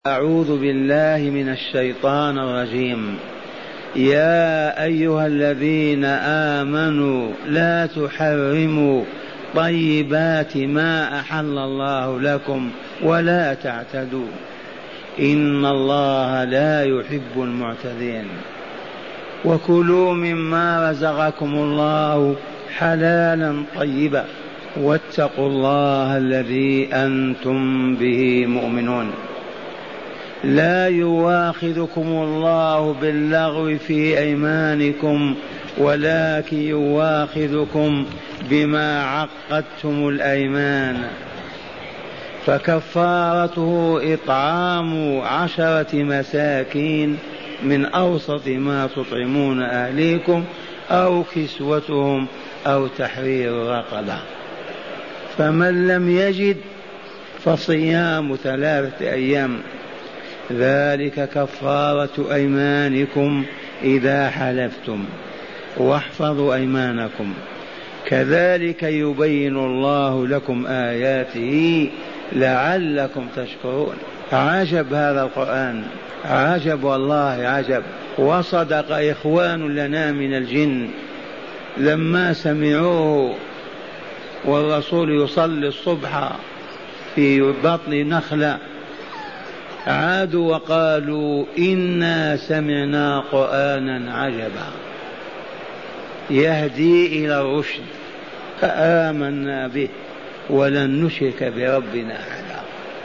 أعوذ بالله من الشيطان الرجيم. يا أيها الذين آمنوا لا تحرموا طيبات ما أحل الله لكم ولا تعتدوا إن الله لا يحب المعتدين. وكلوا مما رزقكم الله حلالا طيبا واتقوا الله الذي أنتم به مؤمنون. لا يواخذكم الله باللغو في أيمانكم ولكن يواخذكم بما عقدتم الأيمان، فكفارته إطعام 10 مساكين من أوسط ما تطعمون أهليكم أو كسوتهم أو تحرير رقبة، فمن لم يجد فصيام 3 أيام، ذلك كفارة أيمانكم إذا حلفتم، واحفظوا أيمانكم، كذلك يبين الله لكم آياته لعلكم تشكرون. عجب هذا القرآن، عجب والله عجب. وصدق إخوان لنا من الجن لما سمعوه والرسول يصلي الصبح في بطن نخلة، عادوا وقالوا إنا سمعنا قرآنا عجبا يهدي إلى الرشد فآمنا به ولن نشرك بربنا أحدا.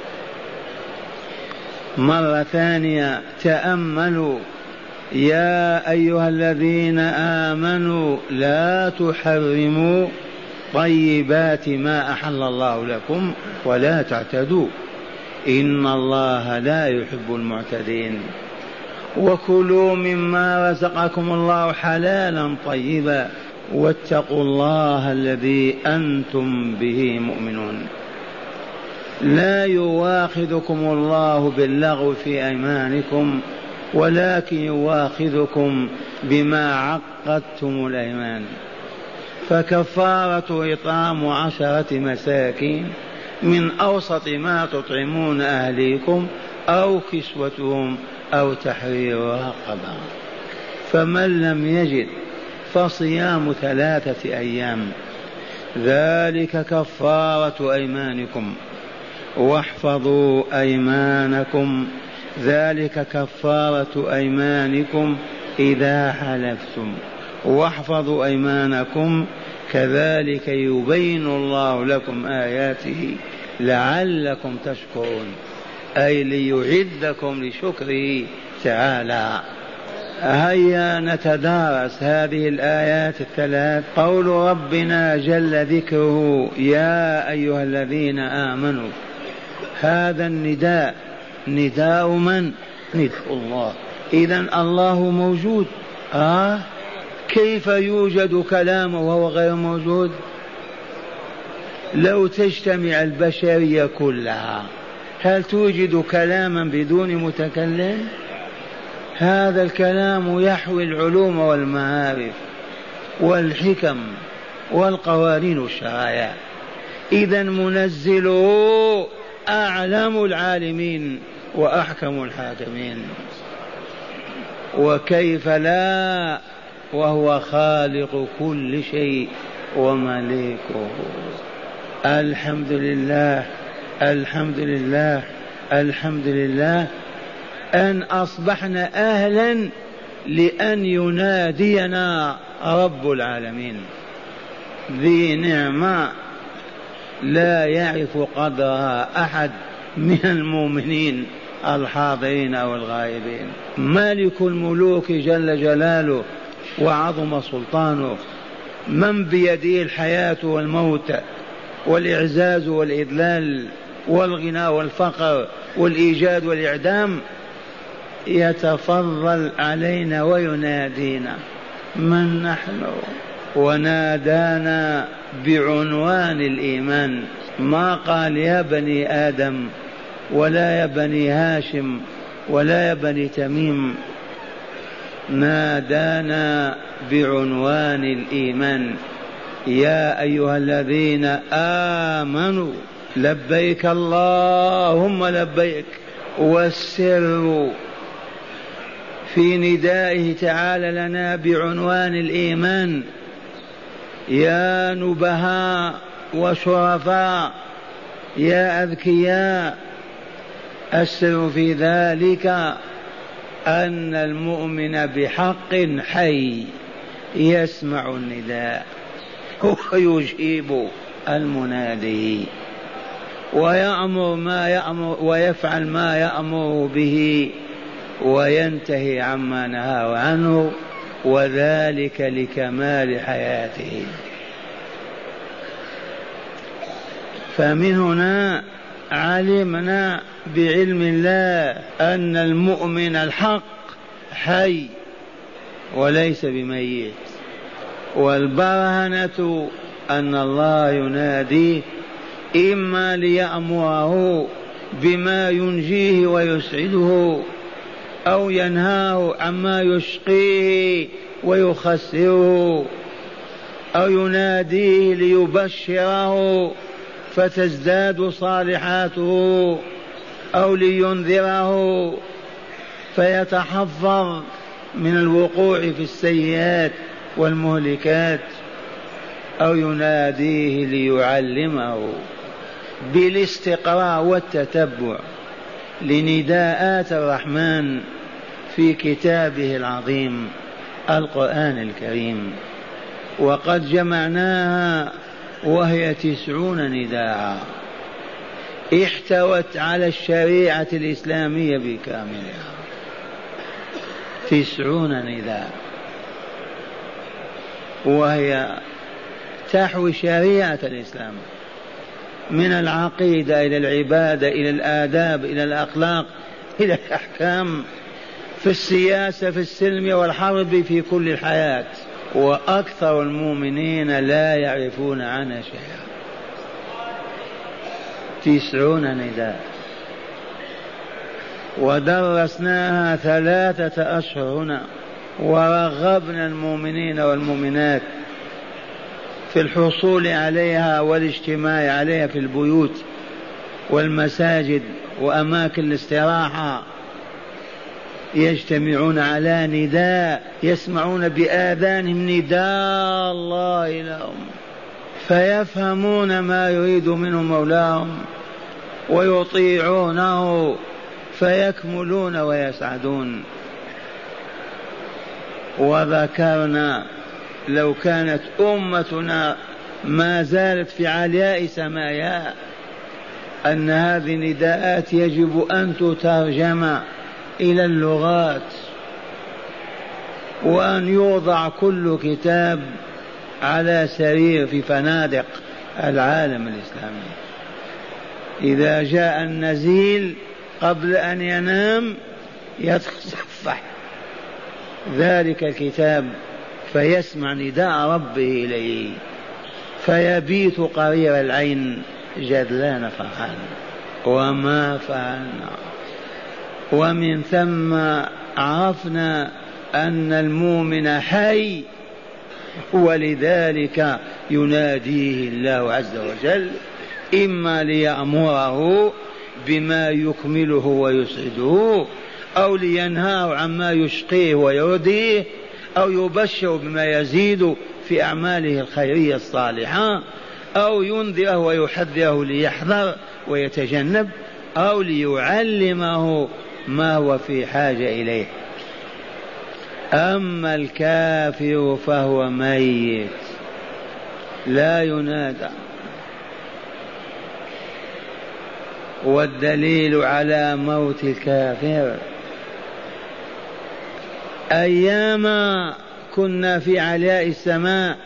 مرة ثانية تأملوا: يا أيها الذين آمنوا لا تحرموا طيبات ما أحل الله لكم ولا تعتدوا إن الله لا يحب المعتدين. وكلوا مما رزقكم الله حلالا طيبا واتقوا الله الذي أنتم به مؤمنون. لا يواخذكم الله باللغو في أيمانكم ولكن يواخذكم بما عقدتم الأيمان، فكفارة إطعام 10 مساكين من أوسط ما تطعمون أهليكم أو كسوتهم أو تحرير رقبة، فمن لم يجد فصيام 3 أيام، ذلك كفارة أيمانكم، واحفظوا أيمانكم، ذلك كفارة أيمانكم إذا حلفتم، واحفظوا أيمانكم، كذلك يبين الله لكم آياته لعلكم تشكرون، أي ليعدكم لشكره تعالى. هيا نتدارس هذه الآيات الثلاث. قول ربنا جل ذكره: يا أيها الذين آمنوا، هذا النداء نداء من؟ نداء الله. إذن الله موجود. كيف يوجد كلامه وهو غير موجود؟ لو تجتمع البشرية كلها هل توجد كلاما بدون متكلم؟ هذا الكلام يحوي العلوم والمعارف والحكم والقوانين والشرائع. إذن منزله أعلم العالمين وأحكم الحاكمين، وكيف لا وهو خالق كل شيء ومليكه. الحمد لله الحمد لله الحمد لله أن أصبحنا أهلا لأن ينادينا رب العالمين. ذي نعمة لا يعرف قدرها أحد من المؤمنين الحاضرين أو الغائبين. مالك الملوك جل جلاله وعظم سلطانه، من بيده الحياة والموت والإعزاز والإذلال والغنى والفقر والإيجاد والإعدام، يتفضل علينا وينادينا. من نحن؟ ونادانا بعنوان الإيمان، ما قال يا بني آدم ولا يا بني هاشم ولا يا بني تميم، نادانا بعنوان الإيمان: يا أيها الذين آمنوا لبيك اللهم لبيك والسر في ندائه تعالى لنا بعنوان الإيمان. يا نبهاء وشرفاء، يا أذكياء، السر في ذلك أن المؤمن بحق حي يسمع النداء ويجيب المنادي ويأمر ما يأمر ويفعل ما يأمر به وينتهي عما نهى عنه، وذلك لكمال حياته. فمن هنا علمنا بعلم الله أن المؤمن الحق حي وليس بميت، والبرهنة أن الله يناديه إما ليأمره بما ينجيه ويسعده، أو ينهاه عما يشقيه ويخسره، أو يناديه ليبشره فتزداد صالحاته، أو لينذره فيتحفظ من الوقوع في السيئات والمهلكات، أو يناديه ليعلمه بالاستقراء والتتبع لنداءات الرحمن في كتابه العظيم القرآن الكريم. وقد جمعناها وهي 90 نداء احتوت على الشريعة الإسلامية بكاملها. 90 نداء، وهي تحوي شريعة الإسلام من العقيدة إلى العبادة إلى الآداب إلى الأخلاق إلى الأحكام، في السياسة في السلم والحرب في كل الحياة. وأكثر المؤمنين لا يعرفون عنها شيئا. 90 نداء، ودرسناها 3 أشهر هنا، ورغبنا المؤمنين والمؤمنات في الحصول عليها والاجتماع عليها في البيوت والمساجد وأماكن الاستراحة. يجتمعون على نداء، يسمعون بآذانهم نداء الله لهم، فيفهمون ما يريد منهم مولاهم ويطيعونه فيكملون ويسعدون. وذكرنا لو كانت أمتنا ما زالت في علياء سمايا أن هذه النداءات يجب أن تترجم إلى اللغات، وأن يوضع كل كتاب على سرير في فنادق العالم الإسلامي. إذا جاء النزيل قبل أن ينام يتصفح ذلك الكتاب فيسمع نداء ربه إليه، فيبيت قرير العين جذلان فرحان. وما فعلنا. ومن ثم عرفنا أن المؤمن حي، ولذلك يناديه الله عز وجل إما ليأمره بما يكمله ويسعده، أو لينهاه عما يشقيه ويرديه، أو يبشر بما يزيد في أعماله الخيرية الصالحة، أو ينذره ويحذره ليحذر ويتجنب، أو ليعلمه ما هو في حاجة إليه. أما الكافر فهو ميت لا ينادى. والدليل على موت الكافر أيام كنا في علياء السماء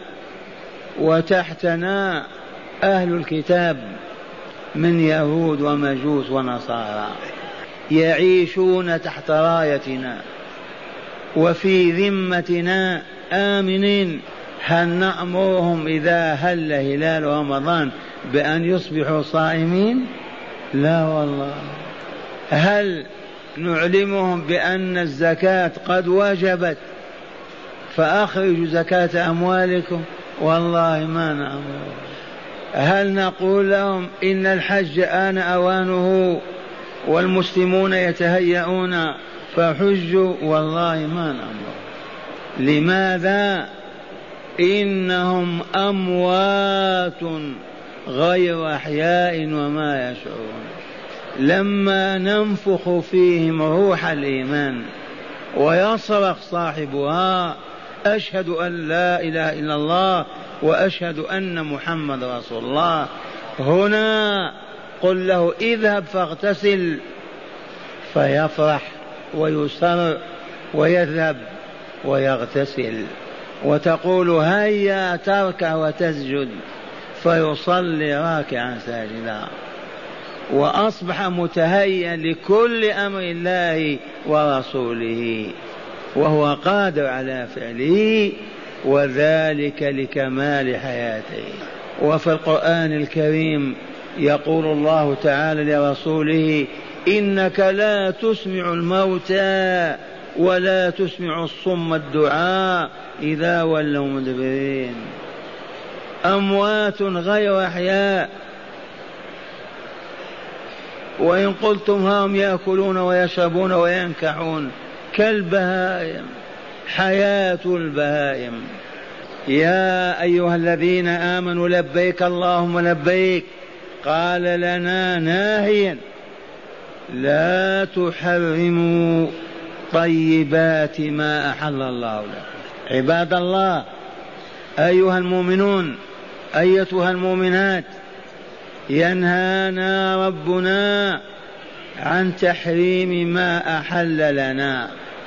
وتحتنا أهل الكتاب من يهود ومجوس ونصارى يعيشون تحت رايتنا وفي ذمتنا آمنين. هل نأمرهم إذا هل هلال رمضان بأن يصبحوا صائمين؟ لا والله. هل نعلمهم بأن الزكاة قد وجبت فأخرجوا زكاة أموالكم؟ والله ما نأمرهم. هل نقول لهم إن الحج آن أوانه والمسلمون يتهيئون فحجوا والله ما نأمر. لماذا؟ إنهم أموات غير أحياء وما يشعرون. لما ننفخ فيهم روح الإيمان ويصرخ صاحبها أشهد أن لا إله إلا الله وأشهد أن محمد رسول الله، هنا قل له اذهب فاغتسل، فيفرح ويسر ويذهب ويغتسل، وتقول هيا تركع وتسجد، فيصلي راكعا ساجدا، وأصبح متهيئا لكل أمر الله ورسوله وهو قادر على فعله، وذلك لكمال حياته. وفي القرآن الكريم يقول الله تعالى لرسوله إنك لا تسمع الموتى ولا تسمع الصم الدعاء إذا ولوا مدبرين. أموات غير أحياء. وإن قلتم هم يأكلون ويشربون وينكحون كالبهائم، حياة البهائم. يا أيها الذين آمنوا لبيك اللهم لبيك، قال لنا ناهيا لا تحرموا طيبات ما أحل الله لكم. عباد الله، أيها المؤمنون، أيتها المؤمنات، ينهانا ربنا عن تحريم ما أحل لنا،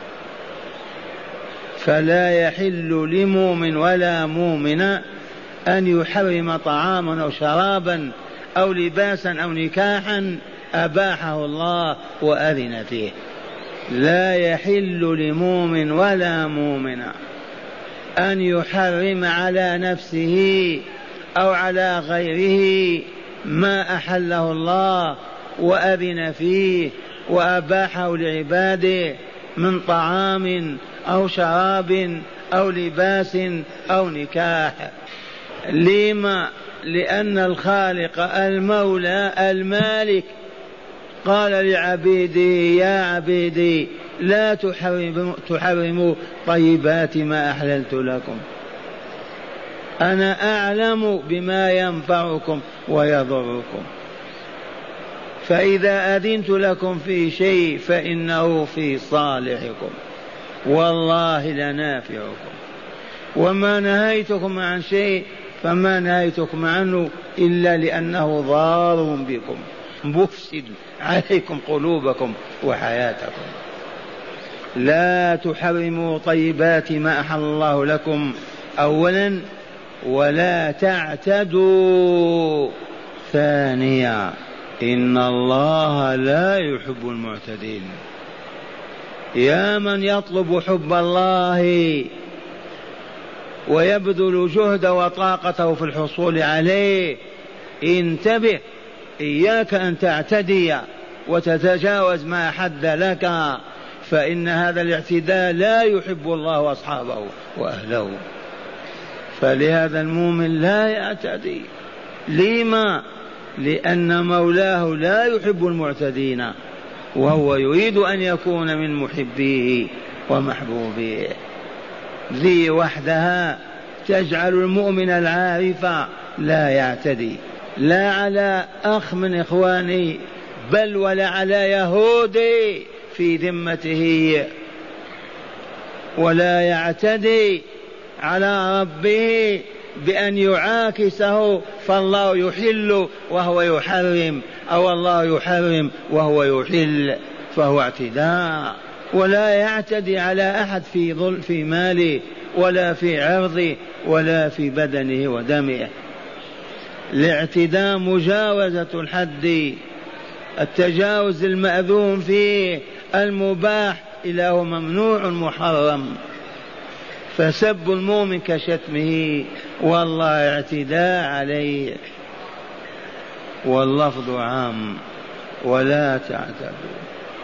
فلا يحل لمؤمن ولا مؤمنة أن يحرم طعاما أو شرابا أو لباسا أو نكاحا أباحه الله وأذن فيه. لا يحل لمؤمن ولا مؤمنة أن يحرم على نفسه أو على غيره ما أحله الله وأذن فيه وأباحه لعباده من طعام أو شراب أو لباس أو نكاح. لما؟ لأن الخالق المولى المالك قال لعبيده يا عبيدي لا تحرموا طيبات ما أحللت لكم، أنا أعلم بما ينفعكم ويضركم، فإذا أذنت لكم في شيء فإنه في صالحكم والله لنافعكم، وما نهيتكم عن شيء فما نهيتكم عنه إلا لأنه ضار بكم مفسد عليكم قلوبكم وحياتكم. لا تحرموا طيبات ما أحل الله لكم أولا، ولا تعتدوا ثانيا، إن الله لا يحب المعتدين. يا من يطلب حب الله ويبذل جهد وطاقته في الحصول عليه، انتبه، إياك أن تعتدي وتتجاوز ما حد لك، فإن هذا الاعتداء لا يحب الله وأصحابه وأهله. فلهذا المؤمن لا يعتدي. لما؟ لأن مولاه لا يحب المعتدين، وهو يريد أن يكون من محبيه ومحبوبيه. ذي وحدها تجعل المؤمن العارف لا يعتدي، لا على أخ من إخوانه بل ولا على يهودي في ذمته، ولا يعتدي على ربه بأن يعاكسه، فالله يحل وهو يحرم، أو الله يحرم وهو يحل، فهو اعتداء. ولا يعتدي على أحد في ماله ولا في عرضه ولا في بدنه ودمه. الاعتداء مجاوزة الحد، التجاوز المأذون فيه، المباح إلى هو ممنوع محرم. فسب المؤمن كشتمه، والله اعتداء عليه، واللفظ عام. ولا تعتدوا،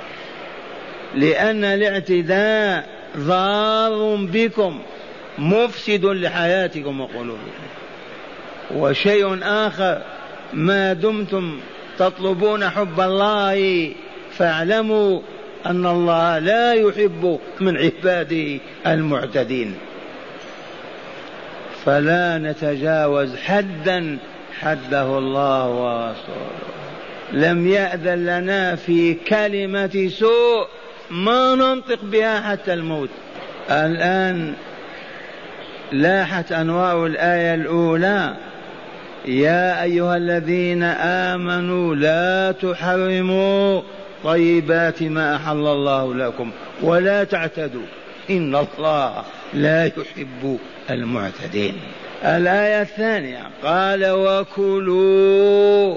لأن الاعتداء ضار بكم مفسد لحياتكم وقلوبكم. وشيء آخر، ما دمتم تطلبون حب الله فاعلموا أن الله لا يحب من عباده المعتدين. فلا نتجاوز حدا حده الله ورسوله. لم يأذن لنا في كلمة سوء ما ننطق بها حتى الموت. الآن لاحت أنواع الآية الأولى: يا أيها الذين آمنوا لا تحرموا طيبات ما أحل الله لكم ولا تعتدوا إن الله لا يحب المعتدين. الآية الثانية قال: وكلوا.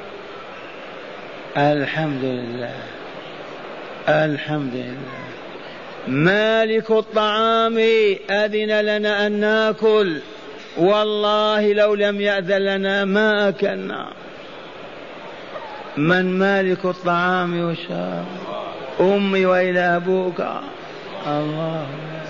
الحمد لله الحمد لله، مالك الطعام أذن لنا أن نأكل، والله لو لم يأذن لنا ما أكلنا. من مالك الطعام والشراب؟ أمي وإلى أبوك الله.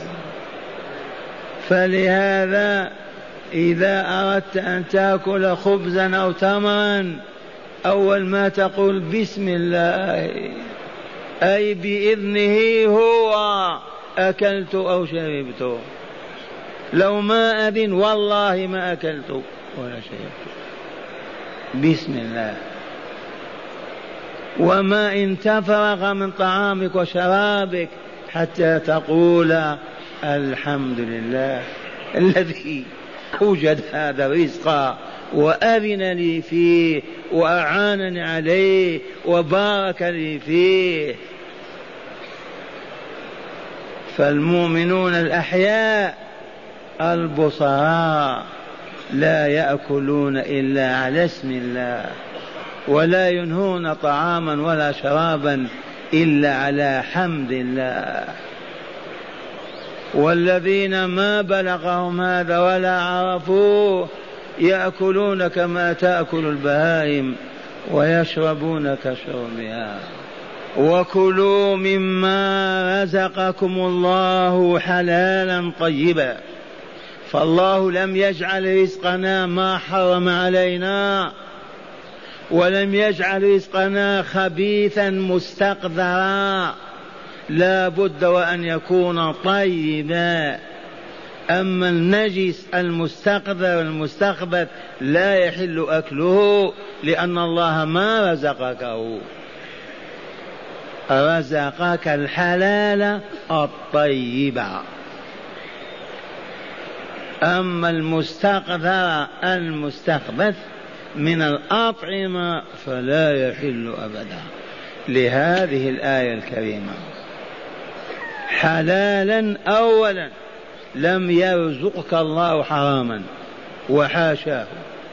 فلهذا إذا أردت أن تأكل خبزا أو تمرا أول ما تقول بسم الله، أي بإذنه هو أكلت أو شربت. لو ما أذن والله ما أكلت ولا شربت. بسم الله. وما إن تفرغ من طعامك وشرابك حتى تقول الحمد لله الذي أوجد هذا الرزق وأذن لي فيه وأعانني عليه وبارك لي فيه. فالمؤمنون الأحياء البصراء لا يأكلون إلا على اسم الله، ولا ينهون طعاما ولا شرابا إلا على حمد الله. والذين ما بلغهم هذا ولا عرفوه يأكلون كما تأكل البهائم ويشربون كشربها. وكلوا مما رزقكم الله حلالا طيبا. فالله لم يجعل رزقنا ما حرم علينا، ولم يجعل رزقنا خبيثا مستقذرا، لا بد وأن يكون طيبا. أما النجس المستقذر المستخبث لا يحل أكله، لأن الله ما رزقكه، رزقك الحلال الطيب. أما المستقذر المستخبث من الأطعمة فلا يحل أبدا. لهذه الآية الكريمة حلالا أولا، لم يرزقك الله حراما وحاشاه.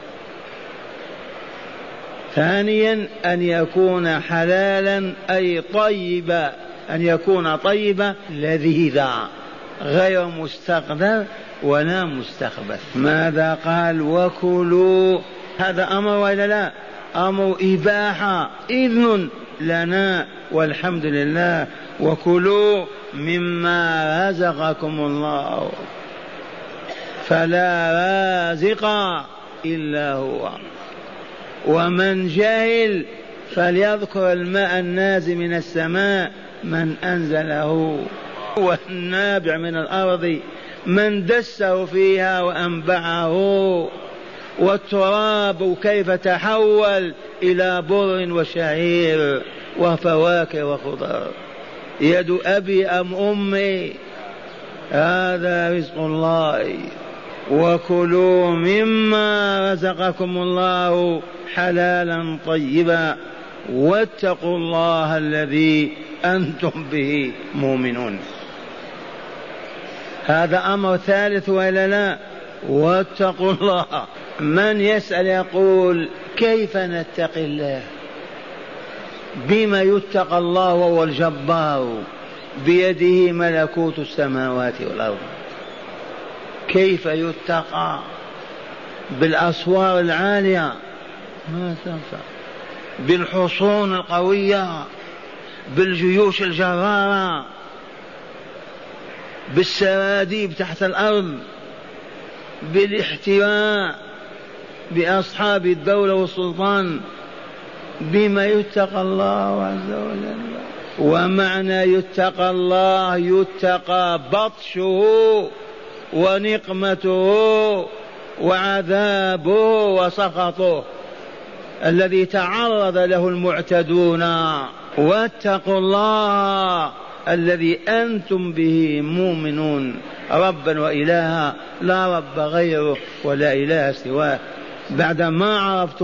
ثانيا أن يكون حلالا أي طيبا، أن يكون طيبا لذيذا غير مستقذر ولا مستخبث. ماذا قال؟ وكلوا. هذا أمر ولا لا؟ أمر إباحة، إذن لنا والحمد لله. وكلوا مما رزقكم الله، فلا رازق إلا هو. ومن جهل فليذكر الماء النازل من السماء من أنزله، والنابع من الأرض من دسه فيها وأنبعه، والتراب كيف تحول إلى بر وشعير وفواكه وخضر. يد أبي أم أمي؟ هذا رزق الله. وكلوا مما رزقكم الله حلالا طيبا واتقوا الله الذي أنتم به مؤمنون. هذا أمر ثالث وإلا لا؟ واتقوا الله. من يسأل يقول كيف نتقي الله؟ بما يتقى الله وهو الجبار بيده ملكوت السماوات والأرض. كيف يتقى؟ بالأسوار العالية ما تنفع، بالحصون القوية، بالجيوش الجرارة، بالسراديب تحت الأرض، بالاحتواء بأصحاب الدولة والسلطان. بما يتقى الله عز وجل. ومعنى يتقى الله يتقى بطشه ونقمته وعذابه وسخطه الذي تعرض له المعتدون. واتقوا الله الذي أنتم به مؤمنون ربا وإلها لا رب غيره ولا إله سواه. بعدما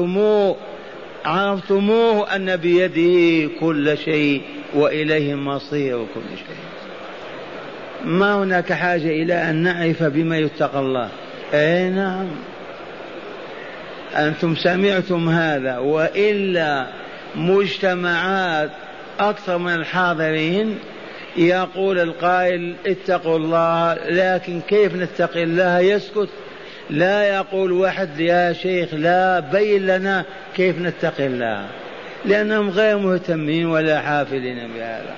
عرفتموه أن بيده كل شيء وإليه مصير كل شيء. ما هناك حاجة إلى أن نعرف بما يتقى الله. أي نعم، أنتم سمعتم هذا، وإلا مجتمعات أكثر من الحاضرين يقول القائل اتقوا الله، لكن كيف نتقي الله؟ يسكت، لا يقول واحد يا شيخ لا بين لنا كيف نتقي الله، لأنهم غير مهتمين ولا حافلين بهذا.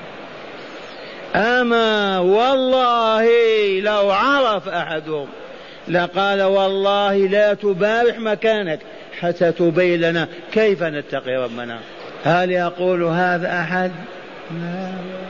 أما والله لو عرف أحدهم لقال والله لا تبارح مكانك حتى تبين لنا كيف نتقي ربنا. هل يقول هذا أحد؟ لا،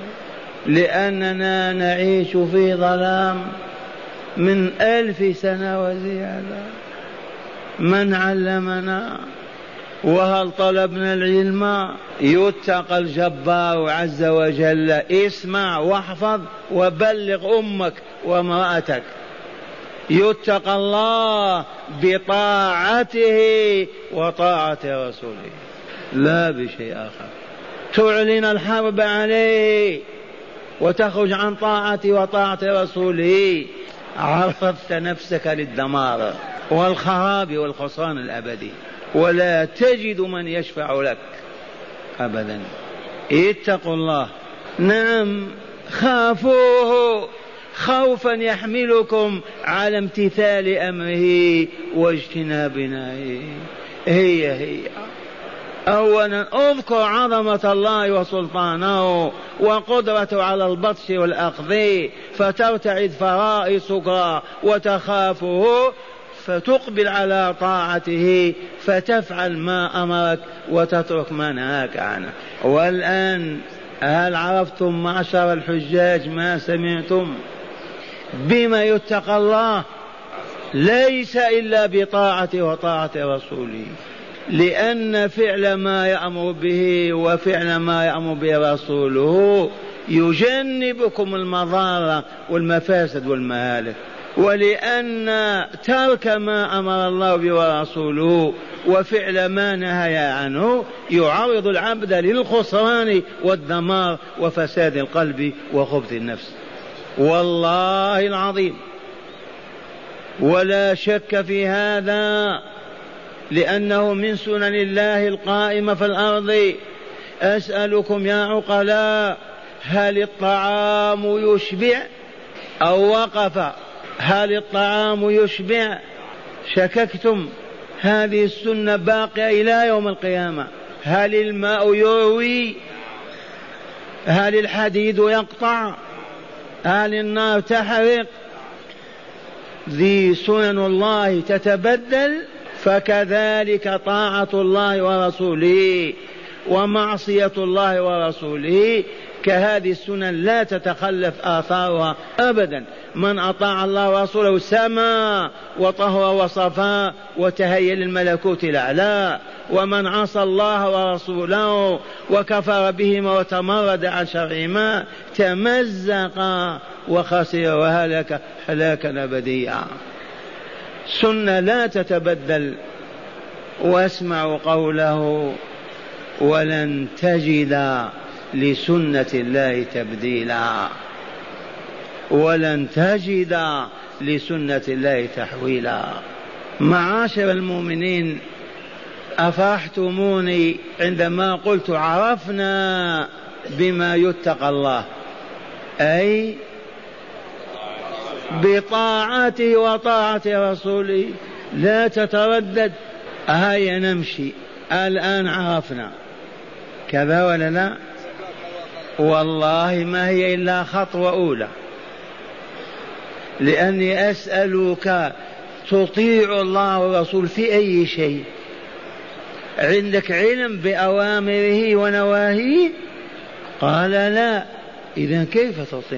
لأننا نعيش في ظلام من 1000 سنة وزيادة. من علمنا؟ وهل طلبنا العلم؟ يتقى الجبار عز وجل. اسمع واحفظ وبلغ أمك وامرأتك. يتقى الله بطاعته وطاعة رسوله لا بشيء آخر. تعلن الحرب عليه وتخرج عن طاعته وطاعة رسوله، عرضت نفسك للدمار والخراب والخسران الأبدي، ولا تجد من يشفع لك أبدا. اتقوا الله. نعم، خافوه خوفا يحملكم على امتثال أمره واجتناب نهيه. هي أولا اذكر عظمة الله وسلطانه وقدرته على البطش والأخذ، فترتعد فرائصك وتخافه، فتقبل على طاعته، فتفعل ما أمرك وتترك ما نهاك عنه. والآن هل عرفتم معشر الحجاج ما سمعتم بما يتقى الله؟ ليس إلا بطاعته وطاعة رسوله، لأن فعل ما يأمر به وفعل ما يأمر به رسوله يجنبكم المضار والمفاسد والمهالك، ولأن ترك ما أمر الله به ورسوله وفعل ما نهى عنه يعرض العبد للخسران والدمار وفساد القلب وخبث النفس. والله العظيم ولا شك في هذا، لأنه من سنن الله القائمة في الأرض. أسألكم يا عقلاء، هل الطعام يشبع؟ أو وقف، هل الطعام يشبع؟ شككتم. هذه السنة باقية إلى يوم القيامة. هل الماء يروي؟ هل الحديد يقطع؟ هل النار تحرق؟ ذي سنن الله تتبدل، فكذلك طاعة الله ورسوله ومعصية الله ورسوله كهذه السنن لا تتخلف آثارها أبدا. من أطاع الله ورسوله سما وطهر وصفا وتهيأ للملكوت الأعلى، ومن عصى الله ورسوله وكفر بهما وتمرد عن شرعهما تمزق وخسر وهلك هلاكا أبديا. سنة لا تتبدل. واسمعوا قوله ولن تجد لسنة الله تبديلا، ولن تجد لسنة الله تحويلا. معاشر المؤمنين، أفرحتموني عندما قلت عرفنا بما يتقى الله، أي بطاعته وطاعة رسوله. لا تتردد، هيا نمشي. الآن عرفنا كذا ولا لا؟ والله ما هي إلا خطوة أولى، لأني أسألك تطيع الله والرسول في أي شيء؟ عندك علم بأوامره ونواهيه؟ قال لا. إذن كيف تطيع؟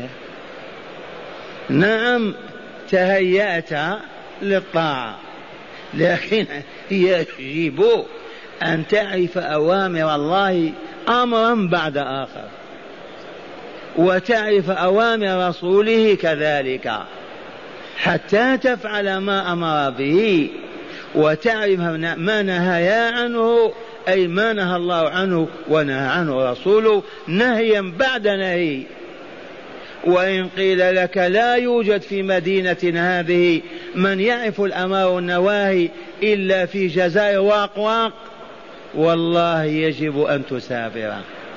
نعم تهيأت للطاعة، لكن يجب أن تعرف أوامر الله أمرا بعد آخر، وتعرف أوامر رسوله كذلك، حتى تفعل ما أمر به، وتعرف ما نهى عنه، أي ما نهى الله عنه ونهى عنه رسوله نهيا بعد نهي. وإن قيل لك لا يوجد في مدينة هذه من يعرف الأمر والنواهي إلا في جزائر واق، والله يجب أن تسافر،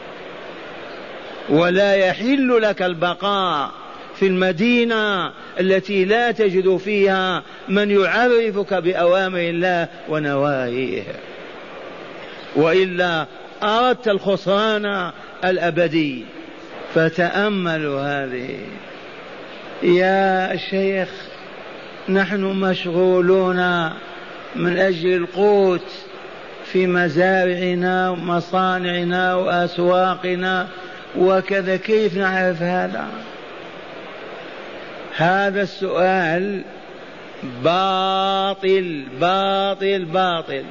ولا يحل لك البقاء في المدينة التي لا تجد فيها من يعرفك بأوامر الله ونواهيه، وإلا أردت الخسران الأبدي. فتأملوا هذه. يا شيخ نحن مشغولون من أجل القوت في مزارعنا ومصانعنا وأسواقنا وكذا، كيف نعرف هذا؟ هذا السؤال باطل باطل باطل.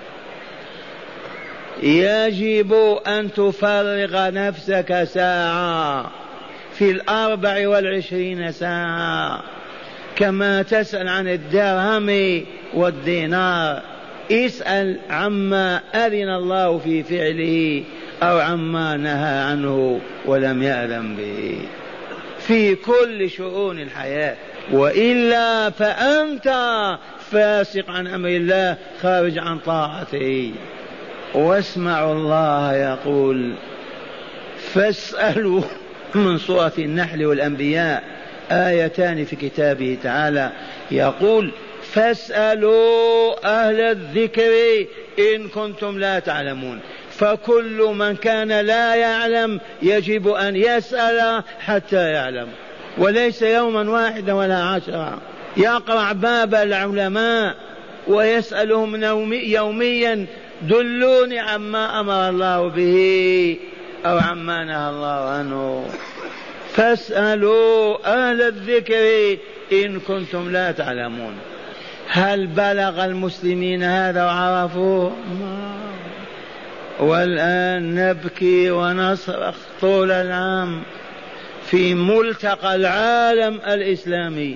يجب أن تفرغ نفسك ساعة في 24 ساعة، كما تسأل عن الدرهم والدينار اسأل عما أذن الله في فعله أو عما نهى عنه ولم يأذن به في كل شؤون الحياة، وإلا فأنت فاسق عن أمر الله خارج عن طاعته. واسمعوا الله يقول فاسألوا من سورة النحل والأنبياء آيتان في كتابه تعالى، يقول فاسألوا أهل الذكر إن كنتم لا تعلمون. فكل من كان لا يعلم يجب أن يسأل حتى يعلم، وليس يوما واحدا ولا 10. يقرع باب العلماء ويسألهم يوميا دلوني عما أمر الله به أو عما نهى الله عنه. فاسألوا أهل الذكر إن كنتم لا تعلمون. هل بلغ المسلمين هذا وعرفوه؟ والآن نبكي ونصرخ طول العام في ملتقى العالم الإسلامي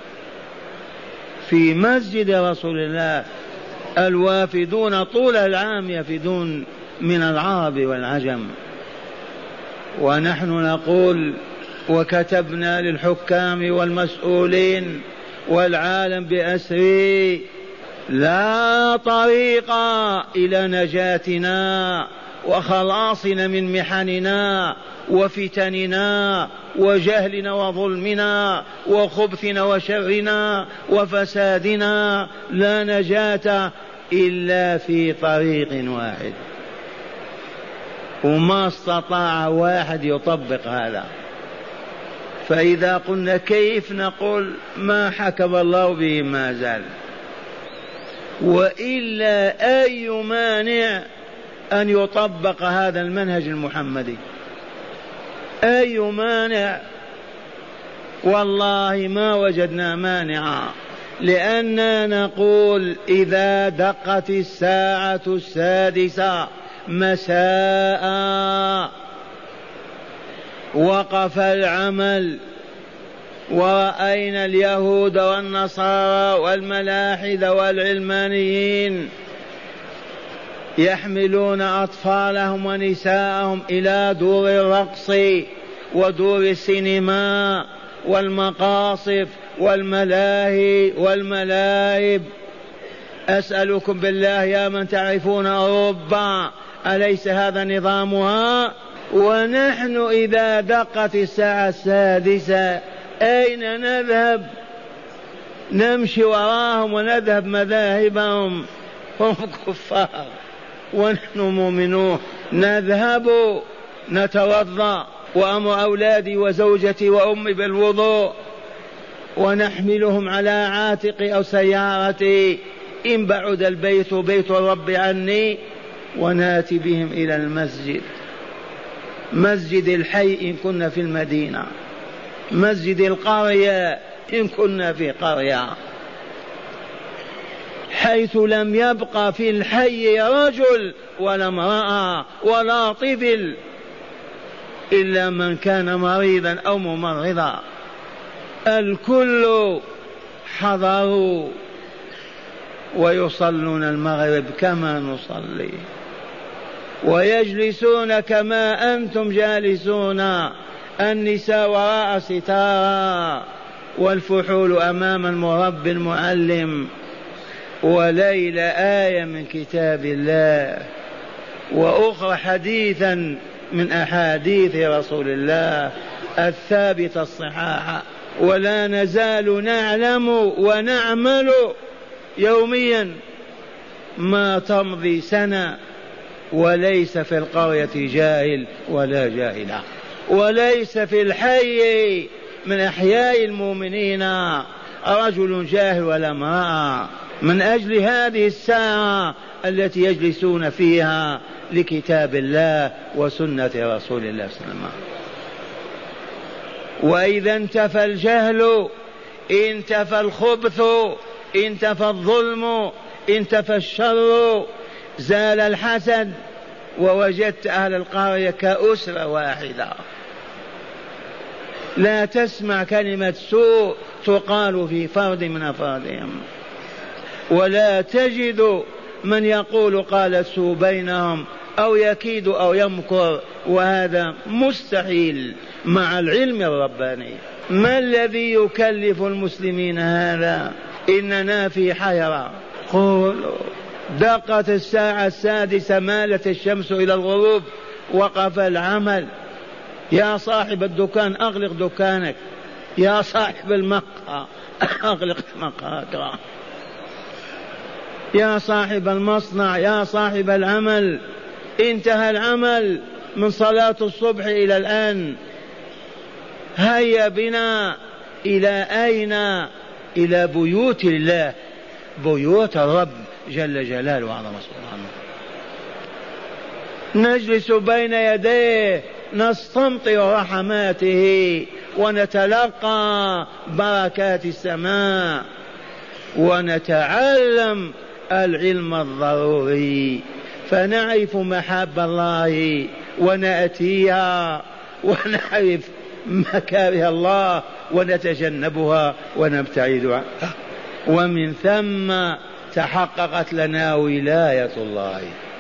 في مسجد رسول الله، الوافدون طول العام يفدون من العرب والعجم، ونحن نقول وكتبنا للحكام والمسؤولين والعالم بأسره لا طريق إلى نجاتنا وخلاصنا من محننا وفتننا وجهلنا وظلمنا وخبثنا وشرنا وفسادنا، لا نجاة إلا في طريق واحد، وما استطاع واحد يطبق هذا. فإذا قلنا كيف، نقول ما حكم الله به ما زال. وإلا أي مانع أن يطبق هذا المنهج المحمدي؟ أي مانع؟ والله ما وجدنا مانعا، لأننا نقول إذا دقت الساعة 6 مساء وقف العمل، ورأينا اليهود والنصارى والملاحدة والعلمانيين يحملون أطفالهم ونساءهم إلى دور الرقص ودور السينما والمقاصف والملاهي والملاعب. أسألكم بالله يا من تعرفون أوروبا، أليس هذا نظامها؟ ونحن إذا دقت الساعة 6 أين نذهب؟ نمشي وراهم ونذهب مذاهبهم، هم كفار ونحن مؤمنون. نذهب نتوضأ وأمر أولادي وزوجتي وأمي بالوضوء ونحملهم على عاتقي أو سيارتي، إن بعد البيت بيت الرب عني وناتي بهم إلى المسجد، مسجد الحي إن كنا في المدينة، مسجد القرية إن كنا في قرية، حيث لم يبقى في الحي رجل ولا امرأة ولا طفل إلا من كان مريضا أو ممرضا، الكل حضروا ويصلون المغرب كما نصلي، ويجلسون كما أنتم جالسون، النساء وراء ستارا والفحول أمام المربي المعلم، وليل آية من كتاب الله، وأخرى حديثا من أحاديث رسول الله الثابتة الصحاحة. ولا نزال نعلم ونعمل يوميا ما تمضي سنة وليس في القرية جاهل ولا جاهلة، وليس في الحي من أحياء المؤمنين رجل جاهل ولا امرأة، من أجل هذه الساعة التي يجلسون فيها لكتاب الله وسنة رسول الله صلى الله عليه وسلم. وإذا انتفى الجهل انتفى الخبث انتفى الظلم انتفى الشر، زال الحسد، ووجدت أهل القرية كأسرة واحدة، لا تسمع كلمة سوء تقال في فرد من أفرادهم، ولا تجد من يقول قال سوء بينهم أو يكيد أو يمكر، وهذا مستحيل مع العلم الرباني. ما الذي يكلف المسلمين هذا؟ إننا في حيرة. قولوا دقت الساعة 6 مالت الشمس إلى الغروب، وقف العمل. يا صاحب الدكان أغلق دكانك، يا صاحب المقهى أغلق مقهاك، يا صاحب المصنع، يا صاحب العمل، انتهى العمل من صلاة الصبح إلى الآن. هيا بنا إلى أين؟ إلى بيوت الله، بيوت الرب جل جلاله وعظم سبحانه، نجلس بين يديه نستمطر رحماته ونتلقى بركات السماء ونتعلم العلم الضروري، فنعرف محاب الله ونأتيها، ونعرف مكاره الله ونتجنبها ونبتعد عنها، ومن ثم تحققت لنا ولاية الله،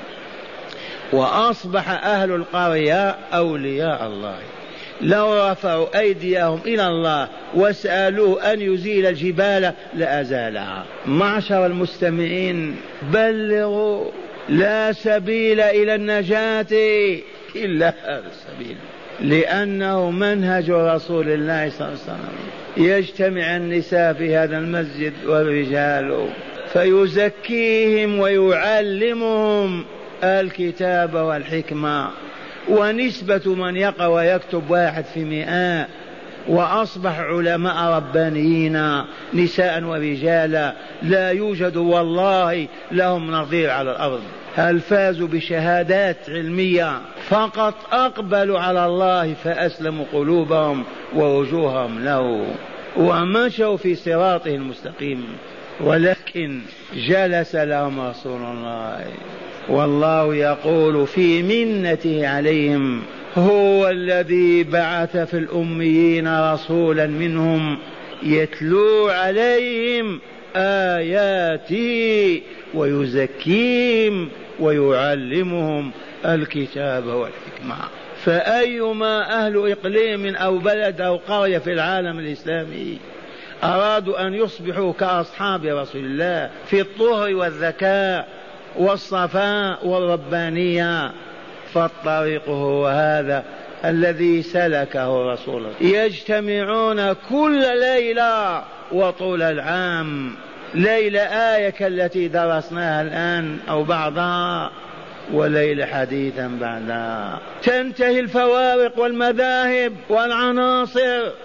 وأصبح أهل القرية أولياء الله. لو رفعوا أيديهم إلى الله وسألوه أن يزيل الجبال لأزالها. معشر المستمعين، بلغوا، لا سبيل إلى النجاة إلا هذا السبيل، لأنه منهج رسول الله صلى الله عليه وسلم. يجتمع النساء في هذا المسجد والرجال فيزكيهم ويعلمهم الكتاب والحكمة، ونسبة من يقرأ ويكتب 1 في 100، وأصبح علماء ربانيين نساء ورجالا لا يوجد والله لهم نظير على الأرض. هل فازوا بشهادات علمية؟ فقط أقبلوا على الله فأسلموا قلوبهم ووجوههم له ومشوا في صراطه المستقيم، ولكن جلس لهم رسول الله، والله يقول في منته عليهم: هو الذي بعث في الأميين رسولا منهم يتلو عليهم آياته ويزكيهم ويعلمهم الكتاب والحكمة. فأيما أهل إقليم أو بلد أو قرية في العالم الإسلامي أرادوا أن يصبحوا كأصحاب رسول الله في الطهر والذكاء والصفاء والربانية، فالطريق هو هذا الذي سلكه رسول الله. يجتمعون كل ليلة وطول العام، ليلة آية كالتي درسناها الآن أو بعضها، وليلة حديثا بعدها. تنتهي الفوارق والمذاهب والعناصر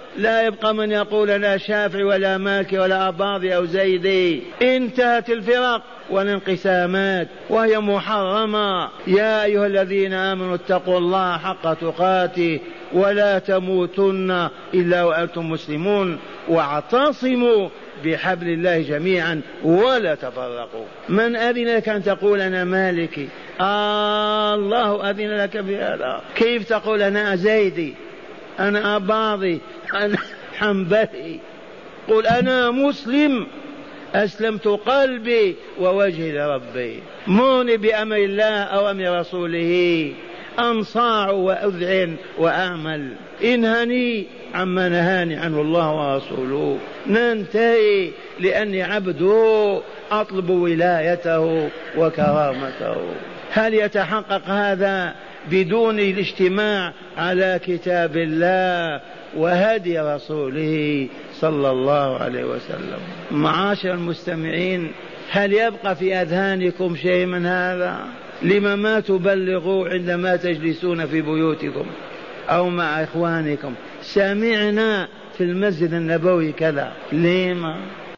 لا يبقى من يقول لا شافعي ولا مالكي ولا أباضي أو زيدي. انتهت الفرق والانقسامات وهي محرمة. يا أيها الذين آمنوا اتقوا الله حق تقاته ولا تموتن إلا وأنتم مسلمون واعتصموا بحبل الله جميعا ولا تفرقوا. من أذن لك أن تقول أنا مالكي؟ الله أذن لك بهذا. كيف تقول أنا زيدي، أنا أباضي، أنا حنبلي؟ قل أنا مسلم أسلمت قلبي ووجهي لربي، موني بأمر الله أو أمر رسوله، أنصاع وأذعن وأعمل، انهني عما نهاني عنه الله ورسوله، ننتهي لأني عبده أطلب ولايته وكرامته. هل يتحقق هذا بدون الاجتماع على كتاب الله وهدي رسوله صلى الله عليه وسلم؟ معاشر المستمعين، هل يبقى في أذهانكم شيء من هذا؟ لما ما تبلغوا عندما تجلسون في بيوتكم أو مع إخوانكم؟ سمعنا في المسجد النبوي كذا، لما